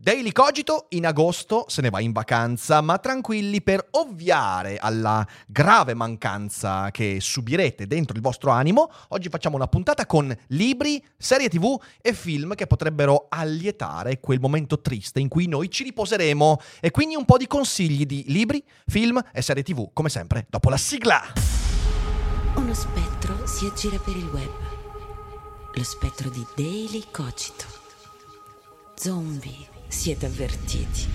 Daily Cogito in agosto se ne va in vacanza, ma tranquilli, per ovviare alla grave mancanza che subirete dentro il vostro animo, oggi facciamo una puntata con libri, serie TV e film che potrebbero allietare quel momento triste in cui noi ci riposeremo, e quindi un po' di consigli di libri, film e serie TV, come sempre, dopo la sigla. Uno spettro si aggira per il web. Lo spettro di Daily Cogito. Zombie, siete avvertiti.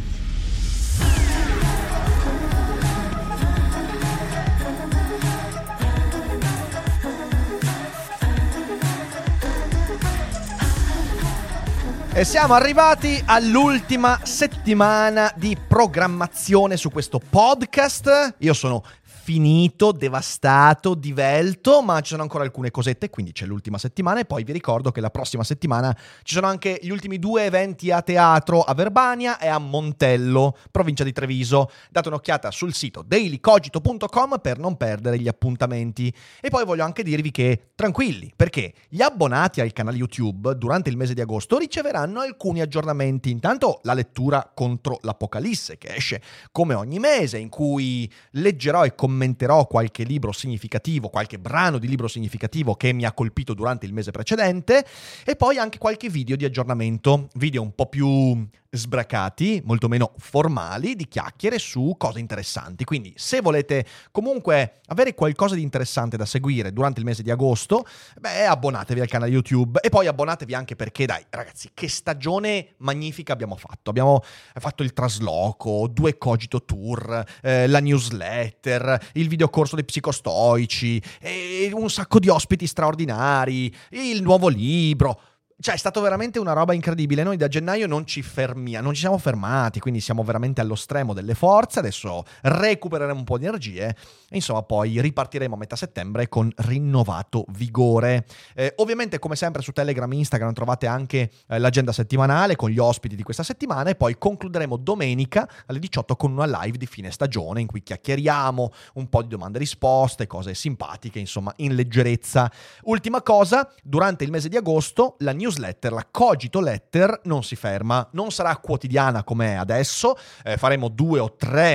E siamo arrivati all'ultima settimana di programmazione su questo podcast. Io sono finito, devastato, divelto, ma ci sono ancora alcune cosette, quindi c'è l'ultima settimana. E poi vi ricordo che la prossima settimana ci sono anche gli ultimi 2 eventi a teatro a Verbania e a Montello, provincia di Treviso. Date un'occhiata sul sito dailycogito.com per non perdere gli appuntamenti. E poi voglio anche dirvi che tranquilli, perché gli abbonati al canale YouTube durante il mese di agosto riceveranno alcuni aggiornamenti. Intanto la lettura contro l'Apocalisse, che esce come ogni mese, in cui leggerò e commenterò qualche libro significativo, qualche brano di libro significativo che mi ha colpito durante il mese precedente, e poi anche qualche video di aggiornamento, video un po' più sbracati, molto meno formali, di chiacchiere su cose interessanti. Quindi se volete comunque avere qualcosa di interessante da seguire durante il mese di agosto, abbonatevi al canale YouTube. E poi abbonatevi anche perché, dai ragazzi, che stagione magnifica abbiamo fatto. Abbiamo fatto il trasloco, 2 Cogito Tour, la newsletter, il videocorso dei psicostoici, e un sacco di ospiti straordinari, il nuovo libro. Cioè, è stato veramente una roba incredibile. Noi da gennaio non ci siamo fermati, quindi siamo veramente allo stremo delle forze. Adesso recupereremo un po' di energie e insomma poi ripartiremo a metà settembre con rinnovato vigore. Ovviamente, come sempre, su Telegram e Instagram trovate anche l'agenda settimanale con gli ospiti di questa settimana, e poi concluderemo domenica alle 18 con una live di fine stagione in cui chiacchieriamo un po' di domande e risposte, cose simpatiche, insomma, in leggerezza. Ultima cosa, durante il mese di agosto la newsletter, la Cogito Letter, non si ferma, non sarà quotidiana come è adesso, faremo 2 o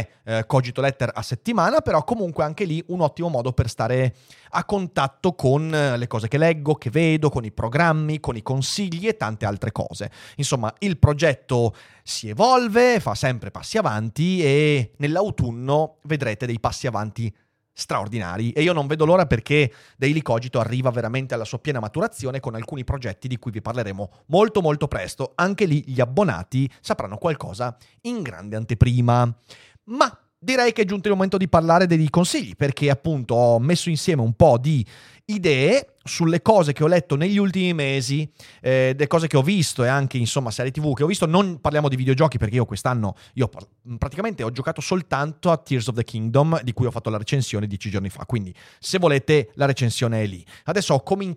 3 Cogito Letter a settimana, però comunque anche lì un ottimo modo per stare a contatto con le cose che leggo, che vedo, con i programmi, con i consigli e tante altre cose. Insomma, il progetto si evolve, fa sempre passi avanti, e nell'autunno vedrete dei passi avanti straordinari, e io non vedo l'ora perché Daily Cogito arriva veramente alla sua piena maturazione con alcuni progetti di cui vi parleremo molto molto presto. Anche lì gli abbonati sapranno qualcosa in grande anteprima. Ma direi che è giunto il momento di parlare dei consigli, perché appunto ho messo insieme un po' di idee sulle cose che ho letto negli ultimi mesi, le cose che ho visto e anche insomma serie TV che ho visto. Non parliamo di videogiochi, perché io quest'anno praticamente ho giocato soltanto a Tears of the Kingdom, di cui ho fatto la recensione 10 giorni fa, quindi se volete la recensione è lì. Adesso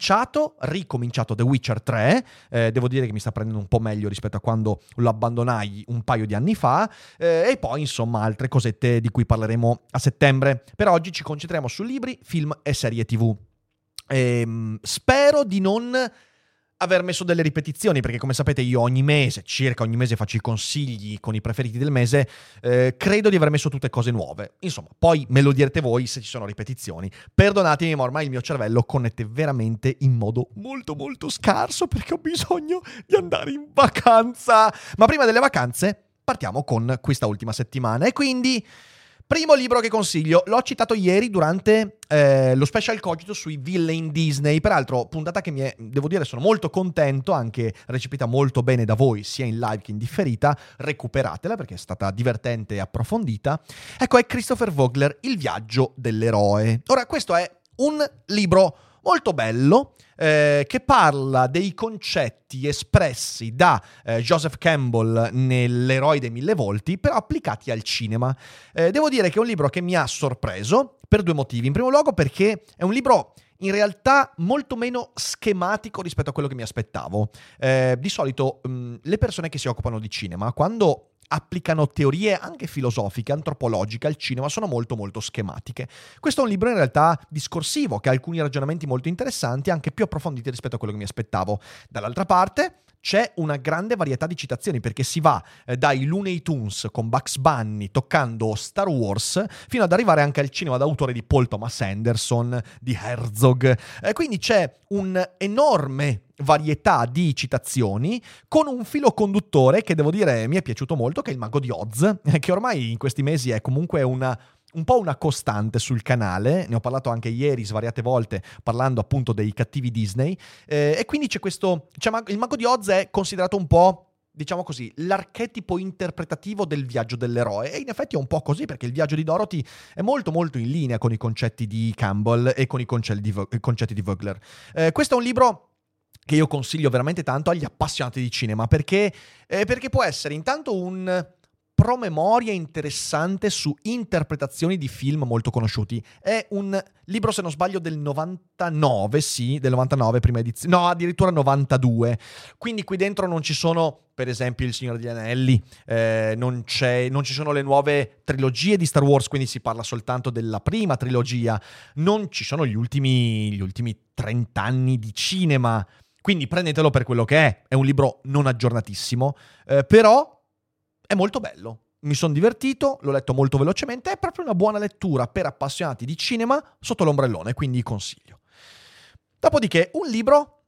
ho ricominciato The Witcher 3, devo dire che mi sta prendendo un po' meglio rispetto a quando lo abbandonai un paio di anni fa, e poi insomma altre cosette di cui parleremo a settembre. Per oggi ci concentriamo su libri, film e serie TV. Spero di non aver messo delle ripetizioni, perché come sapete io circa ogni mese faccio i consigli con i preferiti del mese. Credo di aver messo tutte cose nuove. Insomma, poi me lo direte voi se ci sono ripetizioni. Perdonatemi, ma ormai il mio cervello connette veramente in modo molto molto scarso, perché ho bisogno di andare in vacanza. Ma prima delle vacanze partiamo con questa ultima settimana, e quindi primo libro che consiglio, l'ho citato ieri durante lo special Cogito sui villain Disney. Peraltro puntata che devo dire sono molto contento, anche recepita molto bene da voi sia in live che in differita. Recuperatela perché è stata divertente e approfondita. Ecco, è Christopher Vogler, Il viaggio dell'eroe. Ora, questo è un libro molto bello, che parla dei concetti espressi da Joseph Campbell nell'Eroe dei Mille Volti, però applicati al cinema. Devo dire che è un libro che mi ha sorpreso per 2 motivi. In primo luogo perché è un libro in realtà molto meno schematico rispetto a quello che mi aspettavo. Di solito le persone che si occupano di cinema, quando applicano teorie anche filosofiche, antropologiche al cinema, sono molto molto schematiche. Questo è un libro in realtà discorsivo, che ha alcuni ragionamenti molto interessanti, anche più approfonditi rispetto a quello che mi aspettavo. Dall'altra parte, c'è una grande varietà di citazioni, perché si va dai Looney Tunes con Bugs Bunny toccando Star Wars fino ad arrivare anche al cinema d'autore di Paul Thomas Anderson, di Herzog. Quindi c'è un'enorme varietà di citazioni con un filo conduttore che devo dire mi è piaciuto molto, che è il Mago di Oz, che ormai in questi mesi è comunque un po' una costante sul canale. Ne ho parlato anche ieri svariate volte parlando appunto dei cattivi Disney, e quindi c'è questo, il Mago di Oz è considerato un po', diciamo così, l'archetipo interpretativo del viaggio dell'eroe, e in effetti è un po' così, perché il viaggio di Dorothy è molto molto in linea con i concetti di Campbell e con i concetti di Vogler. Questo è un libro che io consiglio veramente tanto agli appassionati di cinema, perché può essere intanto un promemoria interessante su interpretazioni di film molto conosciuti. È un libro, se non sbaglio, del 99, sì, del 99, prima edizione, no, addirittura 92. Quindi qui dentro non ci sono, per esempio, Il Signore degli Anelli, non ci sono le nuove trilogie di Star Wars, quindi si parla soltanto della prima trilogia, non ci sono gli ultimi 30 anni di cinema, quindi prendetelo per quello che è un libro non aggiornatissimo, però è molto bello, mi sono divertito, l'ho letto molto velocemente, è proprio una buona lettura per appassionati di cinema sotto l'ombrellone, quindi consiglio. Dopodiché un libro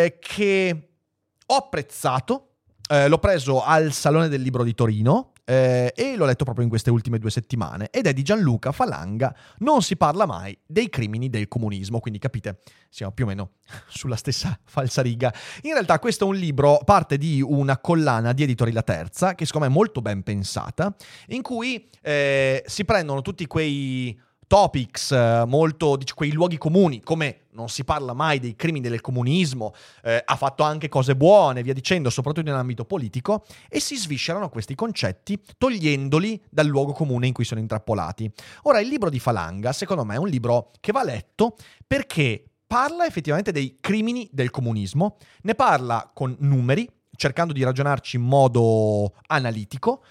che ho apprezzato, l'ho preso al Salone del Libro di Torino e l'ho letto proprio in queste ultime 2 settimane, ed è di Gianluca Falanga, Non si parla mai dei crimini del comunismo, quindi capite, siamo più o meno sulla stessa falsariga. In realtà questo è un libro, parte di una collana di Editori La Terza, che secondo me è molto ben pensata, in cui si prendono tutti quei topics, molto, quei luoghi comuni, come non si parla mai dei crimini del comunismo, ha fatto anche cose buone, via dicendo, soprattutto in ambito politico, e si sviscerano questi concetti togliendoli dal luogo comune in cui sono intrappolati. Ora, il libro di Falanga, secondo me, è un libro che va letto perché parla effettivamente dei crimini del comunismo, ne parla con numeri, cercando di ragionarci in modo analitico,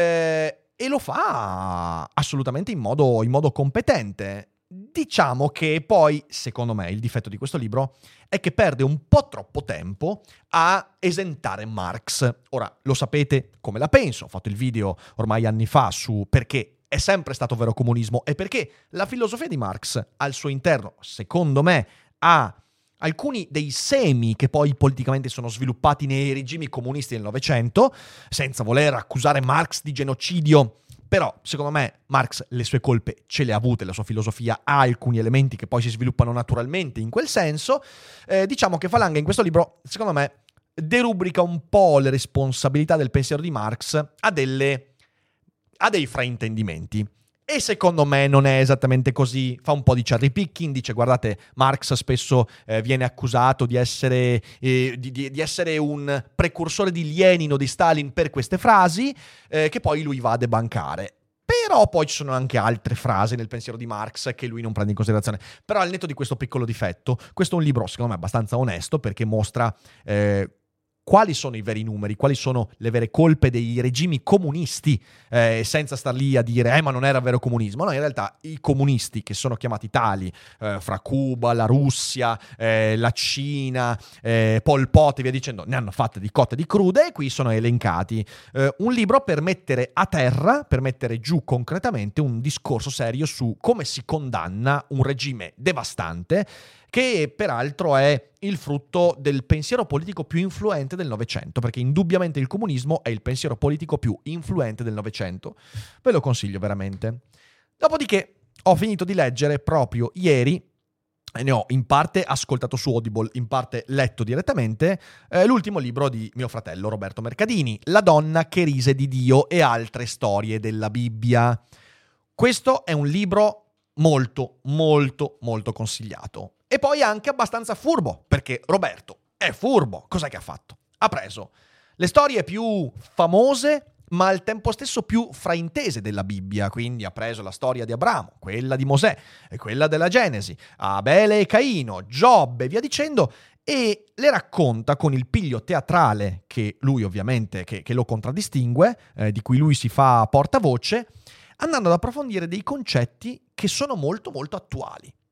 e lo fa assolutamente in modo competente. Diciamo che poi, secondo me, il difetto di questo libro è che perde un po' troppo tempo a esentare Marx. Ora, lo sapete come la penso, ho fatto il video ormai anni fa su perché è sempre stato vero comunismo e perché la filosofia di Marx al suo interno, secondo me, ha alcuni dei semi che poi politicamente sono sviluppati nei regimi comunisti del Novecento, senza voler accusare Marx di genocidio, però secondo me Marx le sue colpe ce le ha avute, la sua filosofia ha alcuni elementi che poi si sviluppano naturalmente in quel senso. Diciamo che Falanga in questo libro, secondo me, derubrica un po' le responsabilità del pensiero di Marx a dei fraintendimenti. E secondo me non è esattamente così, fa un po' di cherry picking, dice guardate Marx spesso viene accusato di essere un precursore di Lenin o di Stalin per queste frasi, che poi lui va a debancare. Però poi ci sono anche altre frasi nel pensiero di Marx che lui non prende in considerazione. Però al netto di questo piccolo difetto, questo è un libro secondo me abbastanza onesto, perché mostra quali sono i veri numeri, quali sono le vere colpe dei regimi comunisti, senza star lì a dire ma non era vero comunismo. No, in realtà i comunisti, che sono chiamati tali, fra Cuba, la Russia, la Cina, Pol Pot e via dicendo, ne hanno fatte di cotte e di crude, e qui sono elencati. Un libro per mettere a terra, per mettere giù concretamente un discorso serio su come si condanna un regime devastante, che peraltro è il frutto del pensiero politico più influente del Novecento, perché indubbiamente il comunismo è il pensiero politico più influente del Novecento. Ve lo consiglio veramente. Dopodiché ho finito di leggere proprio ieri, e ne ho in parte ascoltato su Audible, in parte letto direttamente, l'ultimo libro di mio fratello Roberto Mercadini, La donna che rise di Dio e altre storie della Bibbia. Questo è un libro molto, molto, molto consigliato. E poi anche abbastanza furbo, perché Roberto è furbo. Cos'è che ha fatto? Ha preso le storie più famose, ma al tempo stesso più fraintese della Bibbia. Quindi ha preso la storia di Abramo, quella di Mosè, e quella della Genesi, Abele e Caino, Giobbe e via dicendo, e le racconta con il piglio teatrale che lui ovviamente, che lo contraddistingue, di cui lui si fa portavoce, andando ad approfondire dei concetti che sono molto molto attuali.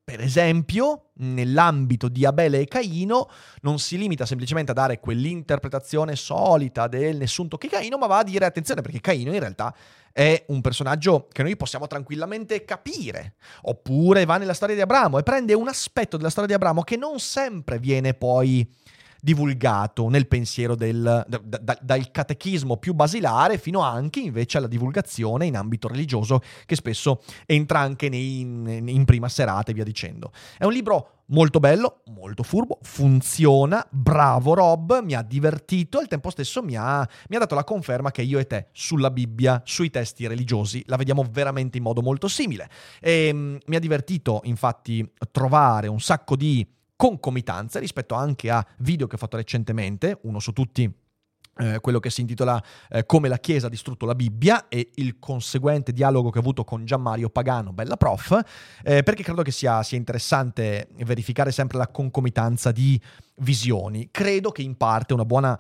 Per esempio, nell'ambito di Abele e Caino non si limita semplicemente a dare quell'interpretazione solita del nessun tocchi Caino, ma va a dire attenzione perché Caino in realtà è un personaggio che noi possiamo tranquillamente capire. Oppure va nella storia di Abramo e prende un aspetto della storia di Abramo che non sempre viene poi divulgato nel pensiero dal catechismo più basilare fino anche invece alla divulgazione in ambito religioso che spesso entra anche in prima serata e via dicendo. È un libro molto bello, molto furbo, funziona, bravo Rob, mi ha divertito e al tempo stesso mi ha dato la conferma che io e te sulla Bibbia, sui testi religiosi, la vediamo veramente in modo molto simile. E mi ha divertito infatti trovare un sacco di concomitanze rispetto anche a video che ho fatto recentemente, uno su tutti, quello che si intitola Come la Chiesa ha distrutto la Bibbia, e il conseguente dialogo che ho avuto con Gianmario Pagano, bella prof, perché credo che sia interessante verificare sempre la concomitanza di visioni. Credo che in parte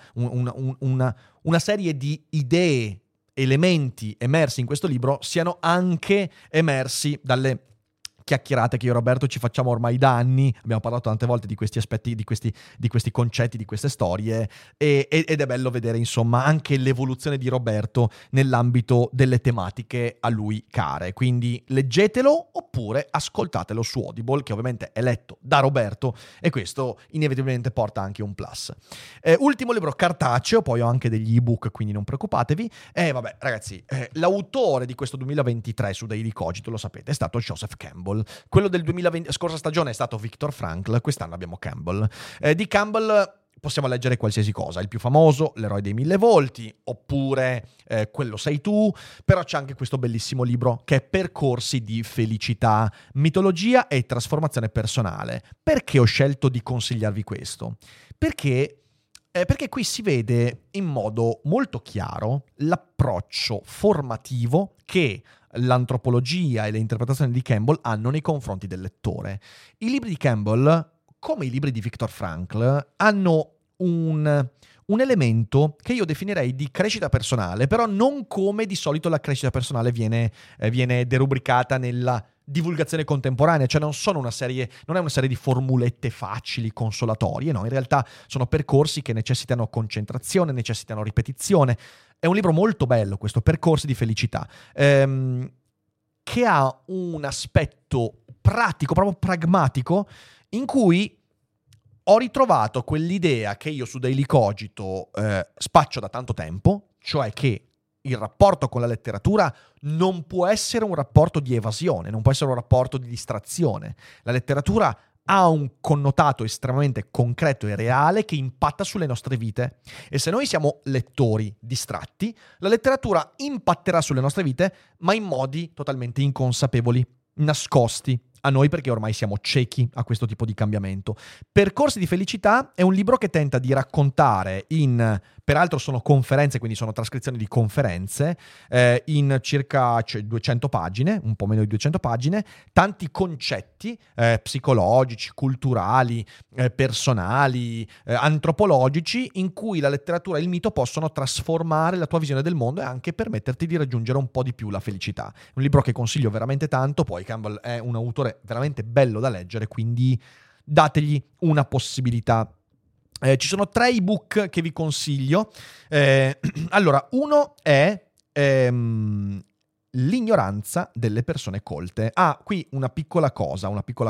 una serie di idee, elementi emersi in questo libro siano anche emersi dalle chiacchierate che io e Roberto ci facciamo ormai da anni. Abbiamo parlato tante volte di questi aspetti, di questi concetti, di queste storie, ed è bello vedere insomma anche l'evoluzione di Roberto nell'ambito delle tematiche a lui care. Quindi leggetelo oppure ascoltatelo su Audible, che ovviamente è letto da Roberto, e questo inevitabilmente porta anche un plus. Ultimo libro cartaceo, poi ho anche degli ebook, quindi non preoccupatevi. Vabbè ragazzi, l'autore di questo 2023 su Daily Cogito, lo sapete, è stato Joseph Campbell. Quello del 2020, scorsa stagione, è stato Viktor Frankl, quest'anno abbiamo Campbell. Di Campbell possiamo leggere qualsiasi cosa, il più famoso, L'eroe dei 1000 volti, oppure Quello sei tu, però c'è anche questo bellissimo libro che è Percorsi di felicità, mitologia e trasformazione personale. Perché ho scelto di consigliarvi questo? Perché qui si vede in modo molto chiaro l'approccio formativo che l'antropologia e le interpretazioni di Campbell hanno nei confronti del lettore. I libri di Campbell, come i libri di Viktor Frankl, hanno un elemento che io definirei di crescita personale, però non come di solito la crescita personale viene derubricata nella divulgazione contemporanea, cioè non è una serie di formulette facili, consolatorie, no, in realtà sono percorsi che necessitano concentrazione, necessitano ripetizione. È un libro molto bello questo, Percorsi di felicità, che ha un aspetto pratico, proprio pragmatico, in cui ho ritrovato quell'idea che io su Daily Cogito spaccio da tanto tempo, cioè che il rapporto con la letteratura non può essere un rapporto di evasione, non può essere un rapporto di distrazione. La letteratura ha un connotato estremamente concreto e reale che impatta sulle nostre vite. E se noi siamo lettori distratti, la letteratura impatterà sulle nostre vite, ma in modi totalmente inconsapevoli, nascosti a noi, perché ormai siamo ciechi a questo tipo di cambiamento. Percorsi di felicità è un libro che tenta di raccontare peraltro sono conferenze, quindi sono trascrizioni di conferenze, in circa 200 pagine, un po' meno di 200 pagine, tanti concetti psicologici, culturali, personali, antropologici, in cui la letteratura e il mito possono trasformare la tua visione del mondo e anche permetterti di raggiungere un po' di più la felicità. Un libro che consiglio veramente tanto, poi Campbell è un autore veramente bello da leggere, quindi dategli una possibilità. Ci sono 3 ebook che vi consiglio. Allora, uno è L'ignoranza delle persone colte. Qui una piccola cosa.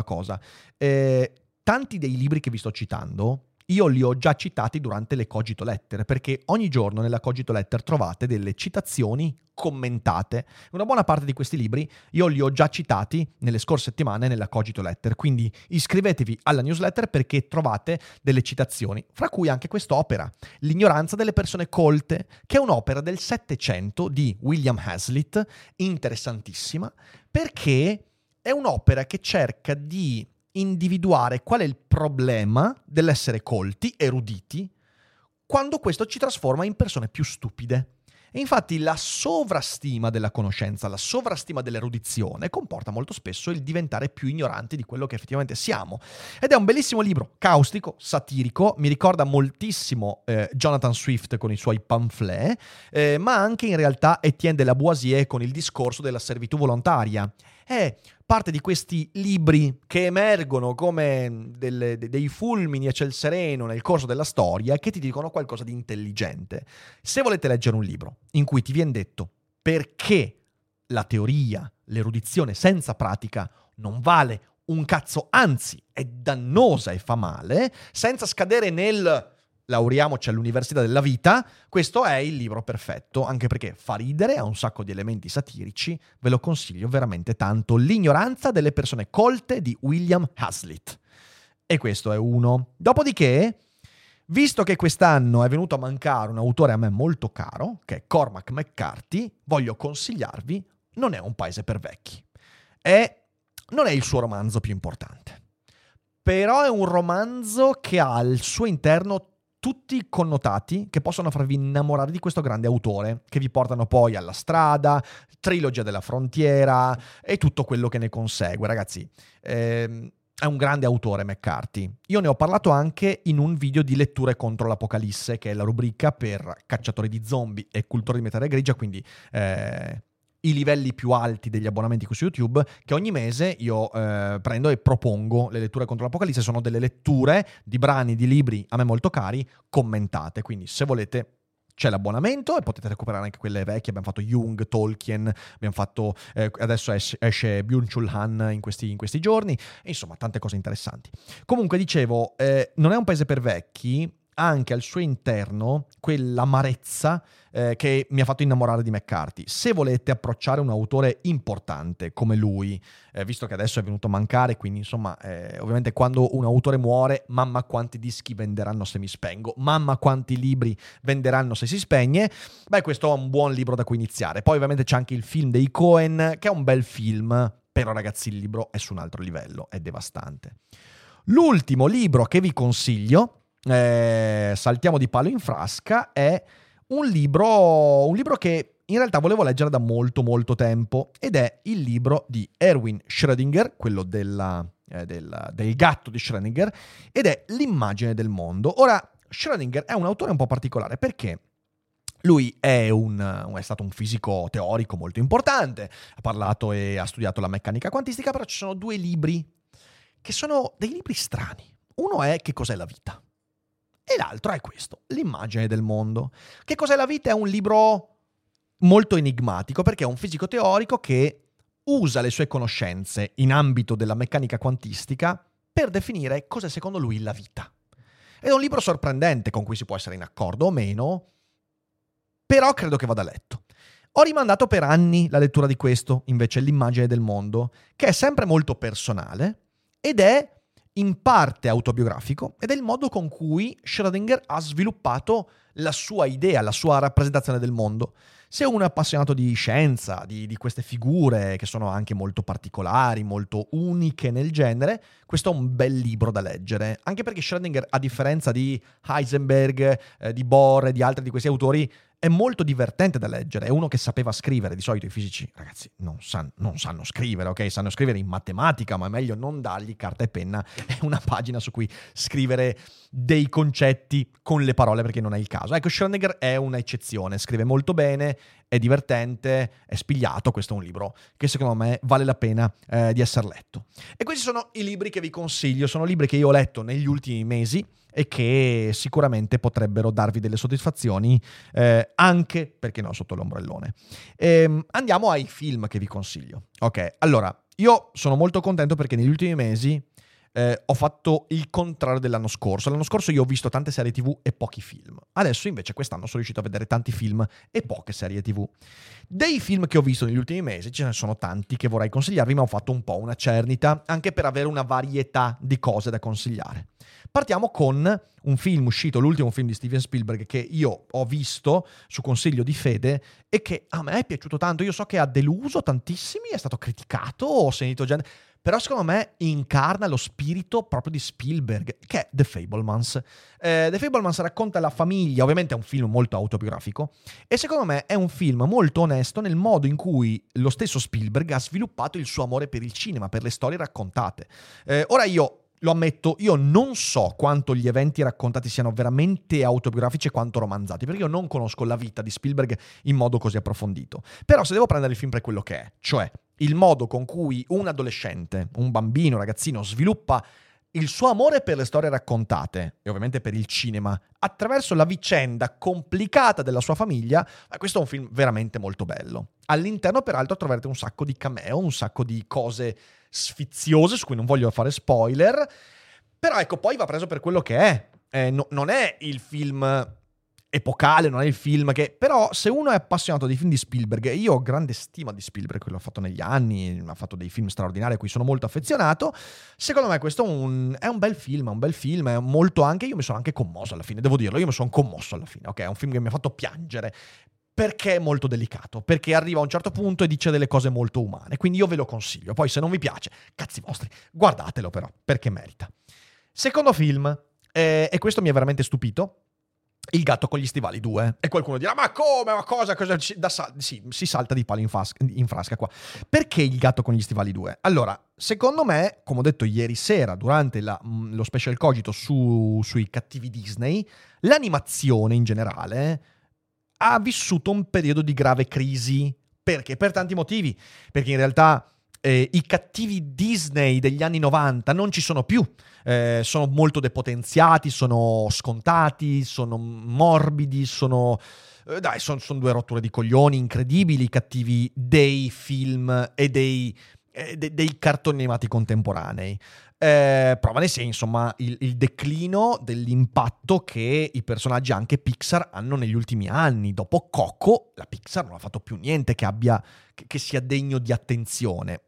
Tanti dei libri che vi sto citando io li ho già citati durante le Cogito Letter, perché ogni giorno nella Cogito Letter trovate delle citazioni commentate. Una buona parte di questi libri io li ho già citati nelle scorse settimane nella Cogito Letter, quindi iscrivetevi alla newsletter perché trovate delle citazioni, fra cui anche quest'opera, L'ignoranza delle persone colte, che è un'opera del Settecento di William Hazlitt, interessantissima, perché è un'opera che cerca di individuare qual è il problema dell'essere colti, eruditi, quando questo ci trasforma in persone più stupide. E infatti la sovrastima della conoscenza, la sovrastima dell'erudizione comporta molto spesso il diventare più ignoranti di quello che effettivamente siamo. Ed è un bellissimo libro, caustico, satirico, mi ricorda moltissimo Jonathan Swift con i suoi pamphlet, ma anche in realtà Etienne de la Boissière con il discorso della servitù volontaria. è parte di questi libri che emergono come dei fulmini a ciel sereno nel corso della storia e che ti dicono qualcosa di intelligente. Se volete leggere un libro in cui ti viene detto perché la teoria, l'erudizione senza pratica non vale un cazzo, anzi è dannosa e fa male, senza scadere nel laureamoci all'università della vita, questo è il libro perfetto, anche perché fa ridere, ha un sacco di elementi satirici, ve lo consiglio veramente tanto. L'ignoranza delle persone colte di William Hazlitt. E questo è uno. Dopodiché, visto che quest'anno è venuto a mancare un autore a me molto caro, che è Cormac McCarthy, voglio consigliarvi Non è un paese per vecchi. Non è il suo romanzo più importante, però è un romanzo che ha al suo interno tutti i connotati che possono farvi innamorare di questo grande autore, che vi portano poi alla strada, trilogia della frontiera e tutto quello che ne consegue. Ragazzi, è un grande autore McCarthy. Io ne ho parlato anche in un video di letture contro l'Apocalisse, che è la rubrica per cacciatori di zombie e cultori di materia grigia, quindi i livelli più alti degli abbonamenti qui su YouTube, che ogni mese io prendo e propongo. Le letture contro l'Apocalisse sono delle letture di brani di libri a me molto cari, commentate, quindi se volete c'è l'abbonamento e potete recuperare anche quelle vecchie. Abbiamo fatto Jung, Tolkien, abbiamo fatto adesso esce Byung-Chul Han in questi giorni, e insomma tante cose interessanti. Comunque dicevo, Non è un paese per vecchi, anche al suo interno quell'amarezza che mi ha fatto innamorare di McCarthy. Se volete approcciare un autore importante come lui, visto che adesso è venuto a mancare, quindi insomma ovviamente quando un autore muore, mamma quanti dischi venderanno se mi spengo, mamma quanti libri venderanno se si spegne, questo è un buon libro da cui iniziare. Poi ovviamente c'è anche il film dei Coen, che è un bel film, però ragazzi il libro è su un altro livello, è devastante. L'ultimo libro che vi consiglio, saltiamo di palo in frasca, è un libro che in realtà volevo leggere da molto molto tempo, ed è il libro di Erwin Schrödinger, quello del gatto di Schrödinger, ed è L'immagine del mondo. Ora, Schrödinger è un autore un po' particolare perché lui è stato un fisico teorico molto importante, ha parlato e ha studiato la meccanica quantistica, però ci sono due libri che sono dei libri strani. Uno è Che cos'è la vita? E l'altro è questo, L'immagine del mondo. Che cos'è la vita? È un libro molto enigmatico, perché è un fisico teorico che usa le sue conoscenze in ambito della meccanica quantistica per definire cos'è secondo lui la vita. Ed è un libro sorprendente, con cui si può essere in accordo o meno, però credo che vada letto. Ho rimandato per anni la lettura di questo, invece, L'immagine del mondo, che è sempre molto personale ed è in parte autobiografico, ed è il modo con cui Schrödinger ha sviluppato la sua idea, la sua rappresentazione del mondo. Se uno è appassionato di scienza, di queste figure che sono anche molto particolari, molto uniche nel genere, questo è un bel libro da leggere, anche perché Schrödinger, a differenza di Heisenberg, di Bohr e di altri di questi autori, è molto divertente da leggere. È uno che sapeva scrivere. Di solito i fisici, ragazzi, non sanno scrivere, ok? Sanno scrivere in matematica, ma è meglio non dargli carta e penna e una pagina su cui scrivere dei concetti con le parole, perché non è il caso. Ecco, Schrödinger è un'eccezione, scrive molto bene, è divertente, è spigliato. Questo è un libro che secondo me vale la pena di essere letto. E questi sono i libri che vi consiglio. Sono libri che io ho letto negli ultimi mesi e che sicuramente potrebbero darvi delle soddisfazioni, anche, perché no, sotto l'ombrellone. Andiamo ai film che vi consiglio. Ok, allora, io sono molto contento perché negli ultimi mesi ho fatto il contrario dell'anno scorso. L'anno scorso io ho visto tante serie TV e pochi film. Adesso invece quest'anno sono riuscito a vedere tanti film e poche serie TV. Dei film che ho visto negli ultimi mesi ce ne sono tanti che vorrei consigliarvi, ma ho fatto un po' una cernita anche per avere una varietà di cose da consigliare. Partiamo con un film uscito, l'ultimo film di Steven Spielberg, che io ho visto su consiglio di Fede e che a me è piaciuto tanto. Io so che ha deluso tantissimi, è stato criticato, ho sentito gente, però secondo me incarna lo spirito proprio di Spielberg, che è The Fabelmans. The Fabelmans racconta la famiglia, ovviamente è un film molto autobiografico, e secondo me è un film molto onesto nel modo in cui lo stesso Spielberg ha sviluppato il suo amore per il cinema, per le storie raccontate. Ora io lo ammetto, io non so quanto gli eventi raccontati siano veramente autobiografici e quanto romanzati, perché io non conosco la vita di Spielberg in modo così approfondito. Però se devo prendere il film per quello che è, cioè il modo con cui un adolescente, un bambino, un ragazzino sviluppa il suo amore per le storie raccontate e ovviamente per il cinema attraverso la vicenda complicata della sua famiglia, questo è un film veramente molto bello. All'interno peraltro troverete un sacco di cameo, un sacco di cose sfiziose su cui non voglio fare spoiler, però ecco, poi va preso per quello che è. Non è il film epocale, non è il film che... Però se uno è appassionato dei film di Spielberg, e io ho grande stima di Spielberg, quello che ha fatto negli anni, ha fatto dei film straordinari a cui sono molto affezionato, secondo me questo è un bel film, è molto anche... Io mi sono anche commosso alla fine, devo dirlo, io mi sono commosso alla fine, ok? È un film che mi ha fatto piangere, perché è molto delicato, perché arriva a un certo punto e dice delle cose molto umane, quindi io ve lo consiglio. Poi se non vi piace, cazzi vostri, guardatelo però, perché merita. Secondo film, e questo mi ha veramente stupito, Il gatto con gli stivali 2. E qualcuno dirà, ma come, ma cosa? Sì, si salta di palo in frasca qua. Perché Il gatto con gli stivali 2? Allora, secondo me, come ho detto ieri sera durante lo special cogito sui cattivi Disney, l'animazione in generale ha vissuto un periodo di grave crisi. Perché? Per tanti motivi. Perché in realtà i cattivi Disney degli anni 90 non ci sono più. Sono molto depotenziati, sono scontati, sono morbidi, sono due rotture di coglioni incredibili, i cattivi dei film e dei cartoni animati contemporanei. Prova ne sia, insomma, il declino dell'impatto che i personaggi anche Pixar hanno negli ultimi anni. Dopo Coco, la Pixar non ha fatto più niente che sia degno di attenzione.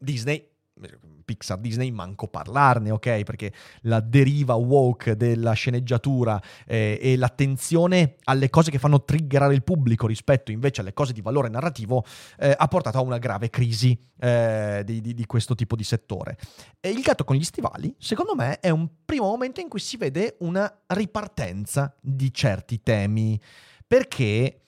Pixar, Disney, manco parlarne, ok? Perché la deriva woke della sceneggiatura e l'attenzione alle cose che fanno triggerare il pubblico rispetto invece alle cose di valore narrativo ha portato a una grave crisi di questo tipo di settore. E Il gatto con gli stivali, secondo me, è un primo momento in cui si vede una ripartenza di certi temi, perché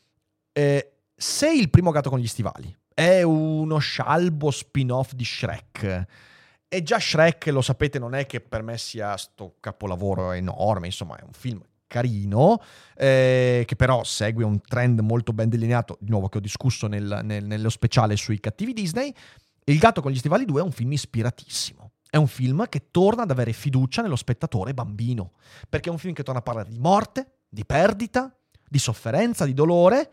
se il primo gatto con gli stivali è uno scialbo spin-off di Shrek, e già Shrek, lo sapete, non è che per me sia sto capolavoro enorme, insomma è un film carino, che però segue un trend molto ben delineato, di nuovo che ho discusso nello speciale sui cattivi Disney. Il gatto con gli stivali 2 è un film ispiratissimo. È un film che torna ad avere fiducia nello spettatore bambino, perché è un film che torna a parlare di morte, di perdita, di sofferenza, di dolore,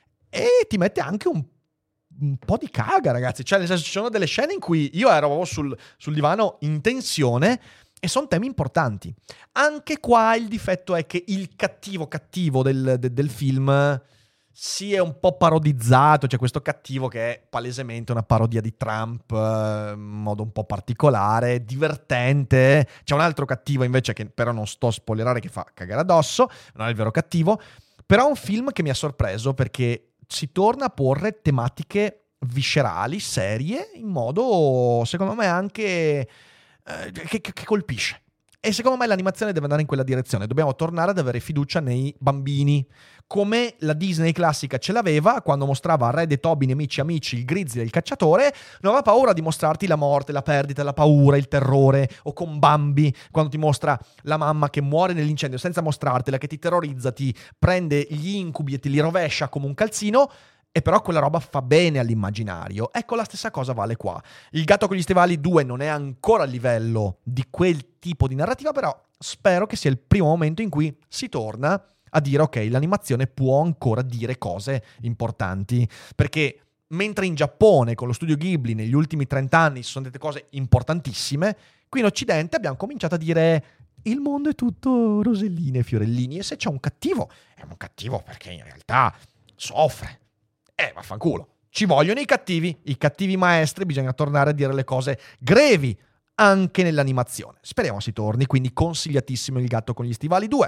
e ti mette anche un po' di caga, ragazzi. Cioè, nel senso, ci sono delle scene in cui io ero sul divano in tensione e sono temi importanti. Anche qua il difetto è che il cattivo del film si è un po' parodizzato. C'è questo cattivo che è palesemente una parodia di Trump in modo un po' particolare, divertente. C'è un altro cattivo invece che però non sto a spoilerare, che fa cagare addosso, non è il vero cattivo. Però è un film che mi ha sorpreso perché si torna a porre tematiche viscerali, serie, in modo, secondo me, anche che colpisce. E secondo me l'animazione deve andare in quella direzione. Dobbiamo tornare ad avere fiducia nei bambini, come la Disney classica ce l'aveva quando mostrava a Red e Toby, nemici amici, il Grizzly e il cacciatore. Non aveva paura di mostrarti la morte, la perdita, la paura, il terrore. O con Bambi, quando ti mostra la mamma che muore nell'incendio senza mostrartela, che ti terrorizza, ti prende gli incubi e te li rovescia come un calzino. E però quella roba fa bene all'immaginario. Ecco, la stessa cosa vale qua. Il gatto con gli stivali 2 non è ancora a livello di quel tipo di narrativa, però spero che sia il primo momento in cui si torna a dire ok, l'animazione può ancora dire cose importanti. Perché mentre in Giappone con lo studio Ghibli negli ultimi 30 anni sono dette cose importantissime, qui in Occidente abbiamo cominciato a dire il mondo è tutto roselline e fiorellini, e se c'è un cattivo, è un cattivo perché in realtà soffre. Vaffanculo. Ci vogliono i cattivi maestri, bisogna tornare a dire le cose grevi anche nell'animazione. Speriamo si torni, quindi consigliatissimo Il gatto con gli stivali 2.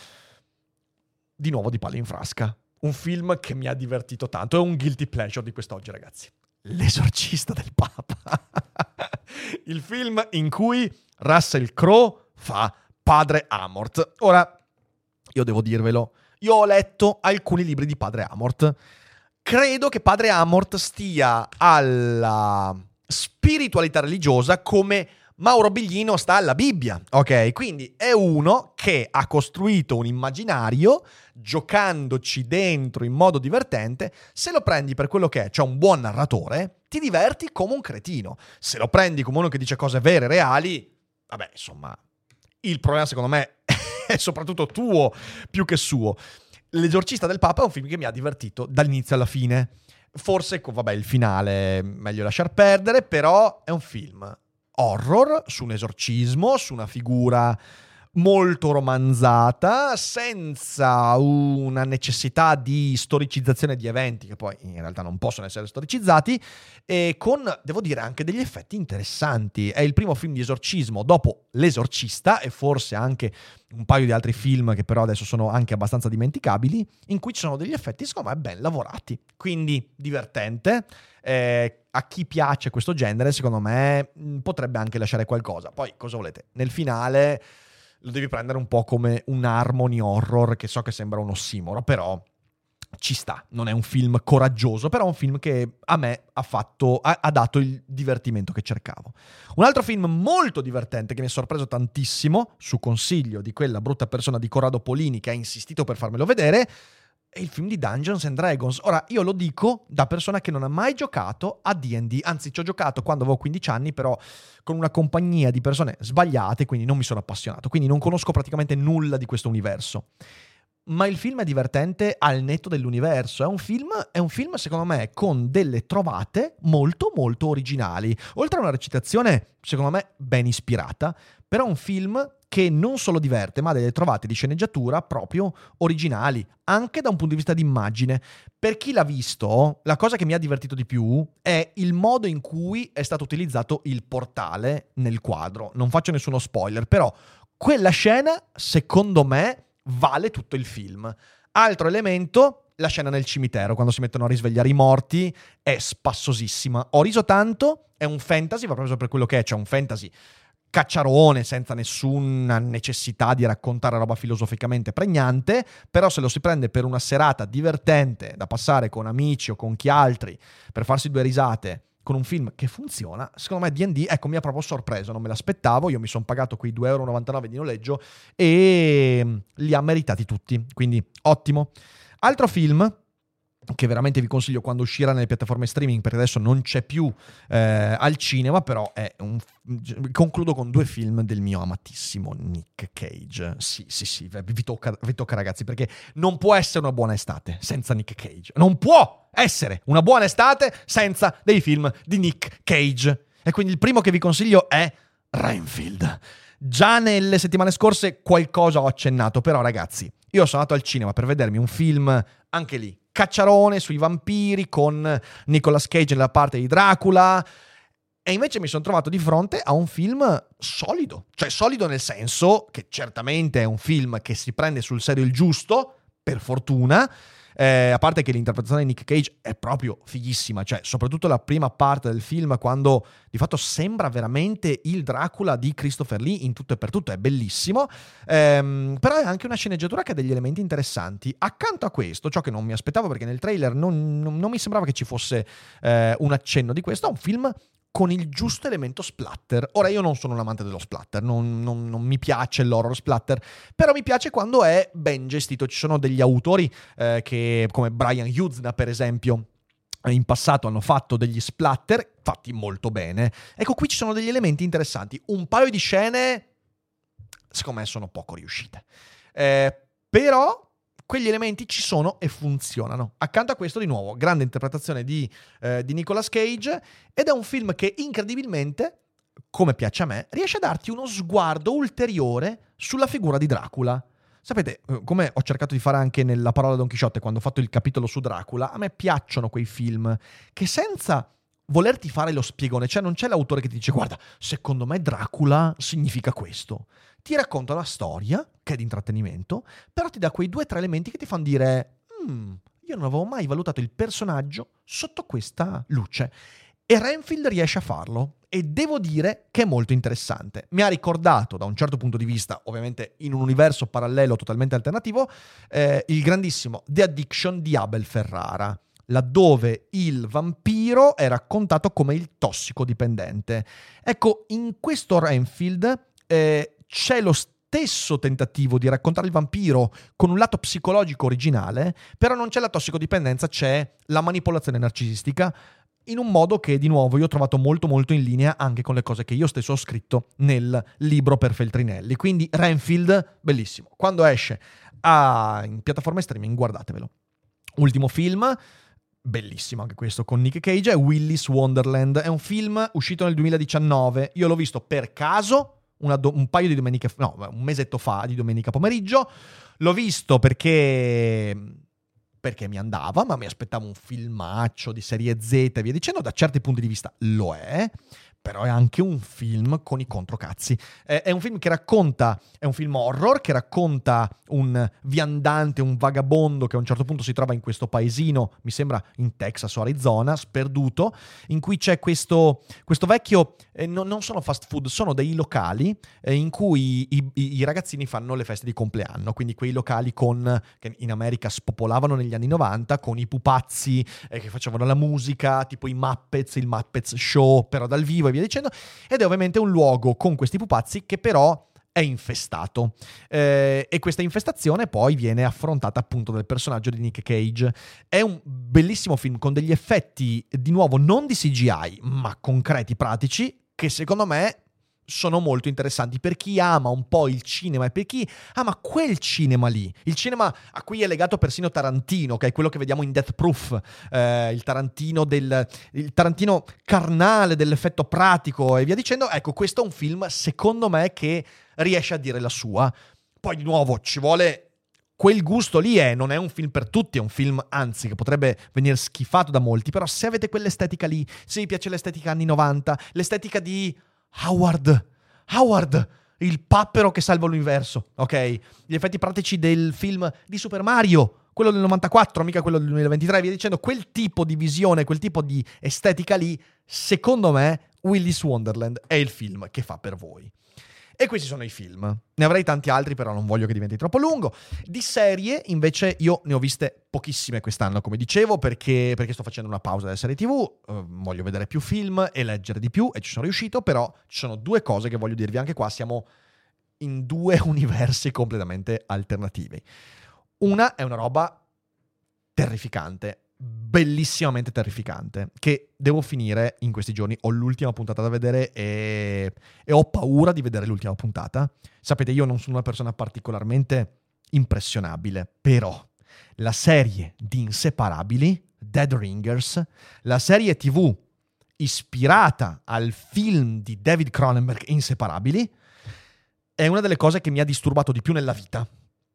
Di nuovo di palo in frasca. Un film che mi ha divertito tanto, è un guilty pleasure di quest'oggi, ragazzi. L'esorcista del Papa. Il film in cui Russell Crowe fa Padre Amorth. Ora, io devo dirvelo, io ho letto alcuni libri di Padre Amorth. Credo che Padre Amorth stia alla spiritualità religiosa come Mauro Biglino sta alla Bibbia, ok? Quindi è uno che ha costruito un immaginario giocandoci dentro in modo divertente. Se lo prendi per quello che è, cioè un buon narratore, ti diverti come un cretino. Se lo prendi come uno che dice cose vere, reali, vabbè, insomma, il problema secondo me è soprattutto tuo più che suo. L'Esorcista del Papa è un film che mi ha divertito dall'inizio alla fine. Forse, vabbè, il finale meglio lasciar perdere, però è un film horror su un esorcismo, su una figura molto romanzata, senza una necessità di storicizzazione di eventi che poi in realtà non possono essere storicizzati, e con, devo dire, anche degli effetti interessanti. È il primo film di esorcismo dopo L'Esorcista e forse anche un paio di altri film che però adesso sono anche abbastanza dimenticabili, in cui ci sono degli effetti secondo me ben lavorati, quindi divertente. A chi piace questo genere secondo me potrebbe anche lasciare qualcosa. Poi cosa volete? Nel finale lo devi prendere un po' come un harmony horror, che so che sembra un ossimoro, però ci sta. Non è un film coraggioso, però è un film che a me ha dato il divertimento che cercavo. Un altro film molto divertente che mi ha sorpreso tantissimo, su consiglio di quella brutta persona di Corrado Polini che ha insistito per farmelo vedere, è il film di Dungeons and Dragons. Ora, io lo dico da persona che non ha mai giocato a D&D, anzi ci ho giocato quando avevo 15 anni, però con una compagnia di persone sbagliate, quindi non mi sono appassionato, quindi non conosco praticamente nulla di questo universo. Ma il film è divertente al netto dell'universo, è un film secondo me con delle trovate molto molto originali, oltre a una recitazione secondo me ben ispirata, però è un film che non solo diverte, ma ha delle trovate di sceneggiatura proprio originali, anche da un punto di vista di immagine. Per chi l'ha visto, la cosa che mi ha divertito di più è il modo in cui è stato utilizzato il portale nel quadro. Non faccio nessuno spoiler, però quella scena, secondo me, vale tutto il film. Altro elemento, la scena nel cimitero, quando si mettono a risvegliare i morti, è spassosissima. Ho riso tanto, è un fantasy, va proprio per quello che è, cioè un fantasy cacciarone, senza nessuna necessità di raccontare roba filosoficamente pregnante, però se lo si prende per una serata divertente da passare con amici o con chi altri per farsi due risate con un film che funziona, secondo me D&D, ecco, mi ha proprio sorpreso, non me l'aspettavo, io mi sono pagato quei 2,99 € di noleggio e li ha meritati tutti, quindi ottimo. Altro film che veramente vi consiglio quando uscirà nelle piattaforme streaming, perché adesso non c'è più al cinema, però concludo con 2 film del mio amatissimo Nick Cage. Sì, vi tocca ragazzi, perché non può essere una buona estate senza Nick Cage. Non può essere una buona estate senza dei film di Nick Cage. E quindi il primo che vi consiglio è Renfield. Già nelle settimane scorse qualcosa ho accennato, però ragazzi, io sono andato al cinema per vedermi un film, anche lì, cacciarone sui vampiri con Nicolas Cage nella parte di Dracula, e invece mi sono trovato di fronte a un film solido, cioè solido nel senso che certamente è un film che si prende sul serio il giusto, per fortuna, a parte che l'interpretazione di Nick Cage è proprio fighissima, cioè soprattutto la prima parte del film, quando di fatto sembra veramente il Dracula di Christopher Lee in tutto e per tutto, è bellissimo, però è anche una sceneggiatura che ha degli elementi interessanti. Accanto a questo, ciò che non mi aspettavo, perché nel trailer non mi sembrava che ci fosse un accenno di questo, è un film con il giusto elemento splatter. Ora, io non sono un amante dello splatter, non mi piace l'horror splatter, però mi piace quando è ben gestito. Ci sono degli autori che, come Brian Yuzna per esempio, in passato hanno fatto degli splatter fatti molto bene. Ecco, qui ci sono degli elementi interessanti. Un paio di scene, secondo me, sono poco riuscite. Però quegli elementi ci sono e funzionano. Accanto a questo, di nuovo, grande interpretazione di Nicolas Cage, ed è un film che incredibilmente, come piace a me, riesce a darti uno sguardo ulteriore sulla figura di Dracula. Sapete, come ho cercato di fare anche nella parola Don Chisciotte quando ho fatto il capitolo su Dracula, a me piacciono quei film che senza volerti fare lo spiegone, cioè non c'è l'autore che ti dice guarda, secondo me Dracula significa questo. Ti racconta la storia, che è di intrattenimento, però ti dà quei 2 o 3 elementi che ti fanno dire io non avevo mai valutato il personaggio sotto questa luce. E Renfield riesce a farlo, e devo dire che è molto interessante. Mi ha ricordato, da un certo punto di vista, ovviamente in un universo parallelo totalmente alternativo, il grandissimo The Addiction di Abel Ferrara, laddove il vampiro è raccontato come il tossicodipendente. Ecco, in questo Renfield c'è lo stesso tentativo di raccontare il vampiro con un lato psicologico originale, però non c'è la tossicodipendenza, c'è la manipolazione narcisistica in un modo che, di nuovo, io ho trovato molto molto in linea anche con le cose che io stesso ho scritto nel libro per Feltrinelli. Quindi Renfield, bellissimo. Quando esce in piattaforme streaming, guardatevelo. Ultimo film, bellissimo anche questo, con Nick Cage, è Willy's Wonderland. È un film uscito nel 2019. Io l'ho visto per caso un paio di domeniche, no, un mesetto fa, di domenica pomeriggio. L'ho visto perché mi andava, ma mi aspettavo un filmaccio di serie Z e via dicendo. Da certi punti di vista lo è, però è anche un film con i controcazzi. È un film che racconta, è un film horror che racconta un viandante, un vagabondo che a un certo punto si trova in questo paesino, mi sembra in Texas o Arizona, sperduto, in cui c'è questo vecchio, non sono fast food, sono dei locali in cui i ragazzini fanno le feste di compleanno, quindi quei locali che in America spopolavano negli anni 90 con i pupazzi che facevano la musica, tipo i Muppets, il Muppets Show, però dal vivo e via dicendo, ed è ovviamente un luogo con questi pupazzi che però è infestato, e questa infestazione poi viene affrontata appunto dal personaggio di Nick Cage. È un bellissimo film con degli effetti, di nuovo, non di CGI ma concreti, pratici, che secondo me sono molto interessanti per chi ama un po' il cinema e per chi ama quel cinema lì, il cinema a cui è legato persino Tarantino, che è quello che vediamo in Death Proof, il Tarantino carnale dell'effetto pratico e via dicendo. Ecco, questo è un film secondo me che riesce a dire la sua. Poi di nuovo ci vuole quel gusto lì, non è un film per tutti, è un film anzi che potrebbe venire schifato da molti, però se avete quell'estetica lì, se vi piace l'estetica anni 90, l'estetica di Howard, il papero che salva l'universo, ok? Gli effetti pratici del film di Super Mario, quello del 94, mica quello del 2023, via dicendo, quel tipo di visione, quel tipo di estetica lì, secondo me Willy's Wonderland è il film che fa per voi. E questi sono i film. Ne avrei tanti altri, però non voglio che diventi troppo lungo. Di serie, invece, io ne ho viste pochissime quest'anno, come dicevo, perché sto facendo una pausa dalle serie TV, voglio vedere più film e leggere di più, e ci sono riuscito, però ci sono due cose che voglio dirvi. Anche qua siamo in due universi completamente alternativi. Una è una roba terrificante, bellissimamente terrificante, che devo finire in questi giorni. Ho l'ultima puntata da vedere e ho paura di vedere l'ultima puntata. Sapete, io non sono una persona particolarmente impressionabile, però la serie di Inseparabili, Dead Ringers, la serie TV ispirata al film di David Cronenberg, Inseparabili, è una delle cose che mi ha disturbato di più nella vita.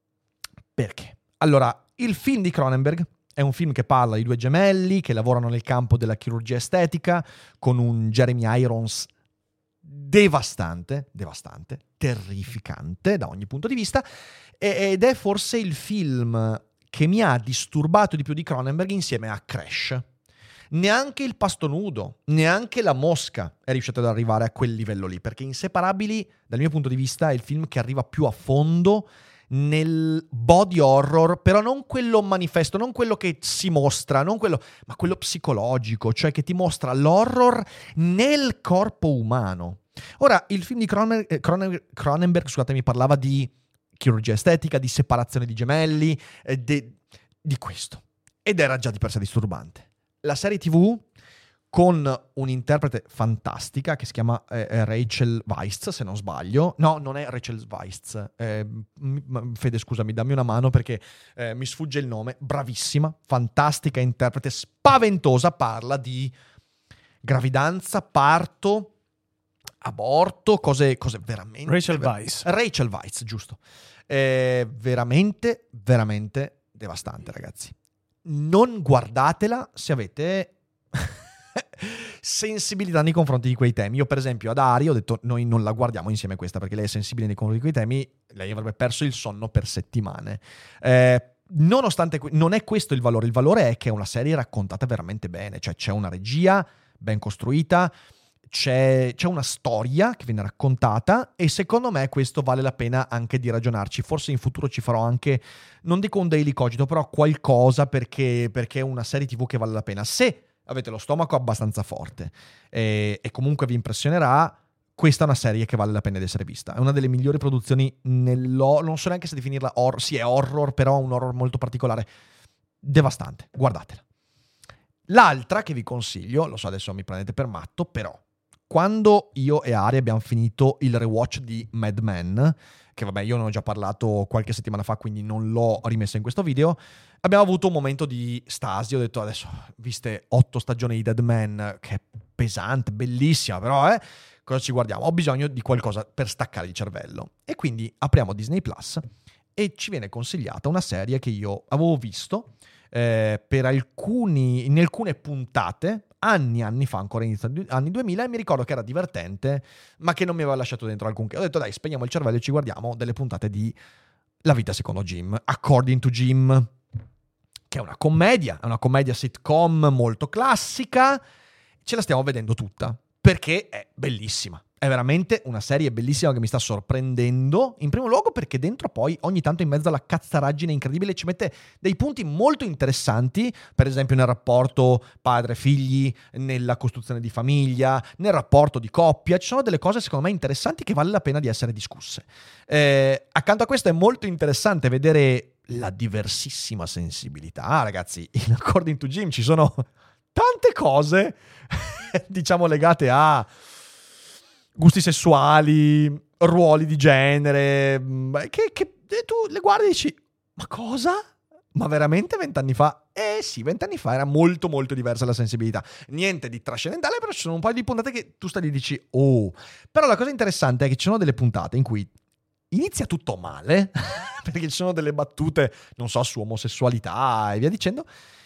Perché? Allora, il film di Cronenberg è un film che parla di due gemelli che lavorano nel campo della chirurgia estetica, con un Jeremy Irons devastante, terrificante da ogni punto di vista, ed è forse il film che mi ha disturbato di più di Cronenberg insieme a Crash. Neanche Il pasto nudo, neanche La mosca è riuscito ad arrivare a quel livello lì, perché Inseparabili, dal mio punto di vista, è il film che arriva più a fondo nel body horror, però non quello manifesto, non quello che si mostra, non quello, ma quello psicologico, cioè che ti mostra l'horror nel corpo umano. Ora, il film di Cronenberg, scusatemi, parlava di chirurgia estetica, di separazione di gemelli, di questo, ed era già di per sé disturbante. La serie TV, con un'interprete fantastica che si chiama Rachel Weisz, se non sbaglio. No, non è Rachel Weisz. Fede, scusami, dammi una mano perché mi sfugge il nome. Bravissima, fantastica interprete, spaventosa. Parla di gravidanza, parto, aborto, cose veramente... Rachel Weisz, giusto. Veramente, veramente devastante, ragazzi. Non guardatela se avete... sensibilità nei confronti di quei temi. Io per esempio ad Ari ho detto noi non la guardiamo insieme a questa perché lei è sensibile nei confronti di quei temi, lei avrebbe perso il sonno per settimane. Nonostante non è questo il valore è che è una serie raccontata veramente bene, cioè c'è una regia ben costruita, c'è una storia che viene raccontata e secondo me questo vale la pena anche di ragionarci. Forse in futuro ci farò anche, non dico un daily cogito, però qualcosa perché è una serie TV che vale la pena. Se avete lo stomaco abbastanza forte e comunque vi impressionerà, questa è una serie che vale la pena di essere vista. È una delle migliori produzioni non so neanche se definirla horror, sì è horror, però un horror molto particolare, devastante, guardatela. L'altra che vi consiglio, lo so adesso mi prendete per matto, però quando io e Ari abbiamo finito il rewatch di Mad Men, che vabbè io ne ho già parlato qualche settimana fa, quindi non l'ho rimesso in questo video, abbiamo avuto un momento di stasi. Ho detto adesso, viste 8 stagioni di Dead Men, che è pesante, bellissima, però cosa ci guardiamo? Ho bisogno di qualcosa per staccare il cervello. E quindi apriamo Disney Plus e ci viene consigliata una serie che io avevo visto in alcune puntate anni fa, ancora inizio anni 2000, e mi ricordo che era divertente ma che non mi aveva lasciato dentro alcunché. Ho detto dai, spegniamo il cervello e ci guardiamo delle puntate di La vita secondo Jim, According to Jim, che è una commedia sitcom molto classica. Ce la stiamo vedendo tutta perché è bellissima. È veramente una serie bellissima che mi sta sorprendendo, in primo luogo perché dentro poi ogni tanto in mezzo alla cazzaraggine incredibile ci mette dei punti molto interessanti, per esempio nel rapporto padre-figli, nella costruzione di famiglia, nel rapporto di coppia. Ci sono delle cose secondo me interessanti che vale la pena di essere discusse. Accanto a questo è molto interessante vedere la diversissima sensibilità. Ragazzi, in According to Jim ci sono tante cose diciamo legate a gusti sessuali, ruoli di genere, che tu le guardi e dici, ma cosa? Ma veramente 20 anni fa? Sì, 20 anni fa era molto molto diversa la sensibilità. Niente di trascendentale, però ci sono un paio di puntate che tu stai lì e dici, oh. Però la cosa interessante è che ci sono delle puntate in cui inizia tutto male, perché ci sono delle battute, non so, su omosessualità e via dicendo,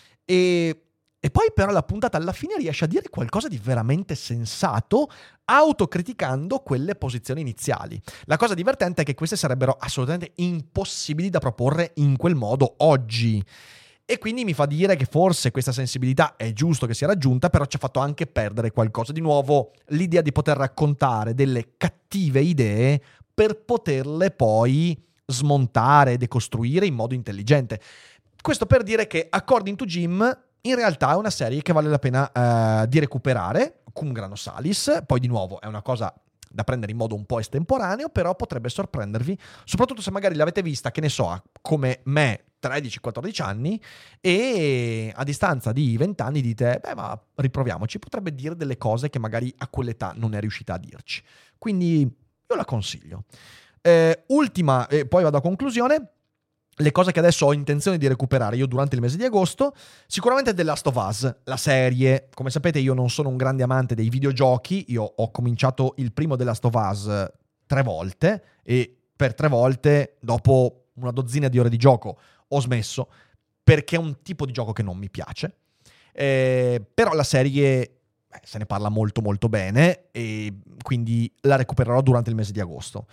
e poi però la puntata alla fine riesce a dire qualcosa di veramente sensato, autocriticando quelle posizioni iniziali. La cosa divertente è che queste sarebbero assolutamente impossibili da proporre in quel modo oggi. E quindi mi fa dire che forse questa sensibilità è giusto che sia raggiunta, però ci ha fatto anche perdere qualcosa. Di nuovo, l'idea di poter raccontare delle cattive idee per poterle poi smontare e decostruire in modo intelligente. Questo per dire che According to Jim in realtà è una serie che vale la pena di recuperare, cum grano salis. Poi di nuovo è una cosa da prendere in modo un po' estemporaneo, però potrebbe sorprendervi, soprattutto se magari l'avete vista, che ne so, come me, 13-14 anni, e a distanza di 20 anni dite, beh ma riproviamoci, potrebbe dire delle cose che magari a quell'età non è riuscita a dirci. Quindi io la consiglio. Ultima, e poi vado a conclusione. Le cose che adesso ho intenzione di recuperare io durante il mese di agosto, sicuramente The Last of Us, la serie. Come sapete io non sono un grande amante dei videogiochi, io ho cominciato il primo The Last of Us 3 volte e per 3 volte dopo una dozzina di ore di gioco ho smesso perché è un tipo di gioco che non mi piace. Però la serie se ne parla molto molto bene e quindi la recupererò durante il mese di agosto.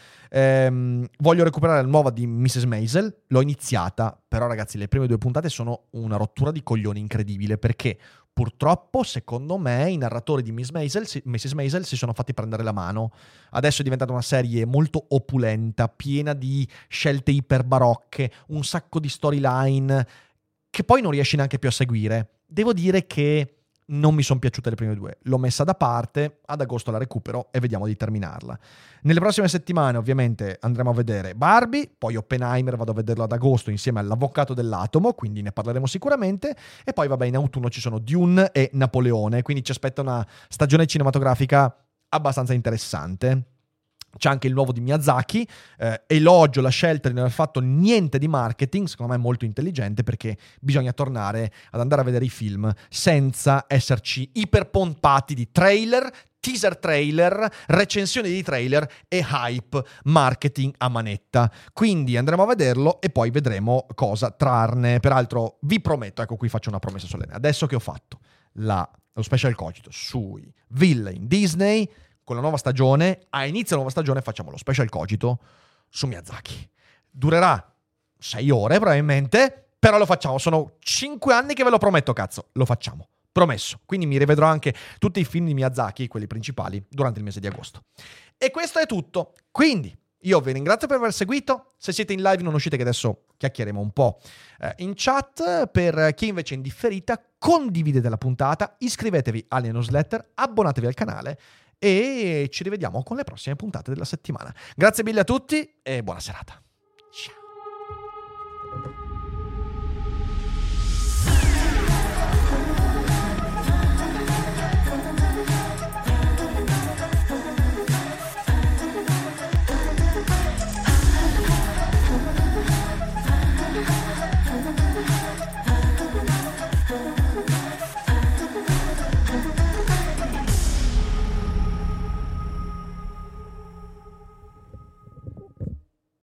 Voglio recuperare la nuova di Mrs. Maisel, l'ho iniziata, però ragazzi le prime 2 puntate sono una rottura di coglioni incredibile, perché purtroppo secondo me i narratori di Mrs. Maisel si sono fatti prendere la mano. Adesso è diventata una serie molto opulenta, piena di scelte iperbarocche, un sacco di storyline che poi non riesci neanche più a seguire. Devo dire che non mi sono piaciute le prime 2, l'ho messa da parte, ad agosto la recupero e vediamo di terminarla. Nelle prossime settimane ovviamente andremo a vedere Barbie, poi Oppenheimer vado a vederlo ad agosto insieme all'Avvocato dell'Atomo, quindi ne parleremo sicuramente, e poi vabbè in autunno ci sono Dune e Napoleone, quindi ci aspetta una stagione cinematografica abbastanza interessante. C'è anche il nuovo di Miyazaki, elogio la scelta di non aver fatto niente di marketing, secondo me è molto intelligente, perché bisogna tornare ad andare a vedere i film senza esserci iperpompati di trailer, teaser trailer, recensioni di trailer e hype marketing a manetta. Quindi andremo a vederlo e poi vedremo cosa trarne. Peraltro vi prometto, ecco qui faccio una promessa solenne, adesso che ho fatto lo special cogito sui villain Disney, con la nuova stagione, a inizio nuova stagione facciamo lo special cogito su Miyazaki. Durerà 6 ore probabilmente, però lo facciamo. Sono 5 anni che ve lo prometto, cazzo. Lo facciamo, promesso. Quindi mi rivedrò anche tutti i film di Miyazaki, quelli principali, durante il mese di agosto. E questo è tutto. Quindi io vi ringrazio per aver seguito. Se siete in live non uscite, che adesso chiacchieremo un po' in chat. Per chi invece è in differita, condividete la puntata, iscrivetevi alle newsletter, abbonatevi al canale e ci rivediamo con le prossime puntate della settimana. Grazie mille a tutti e buona serata. Ciao.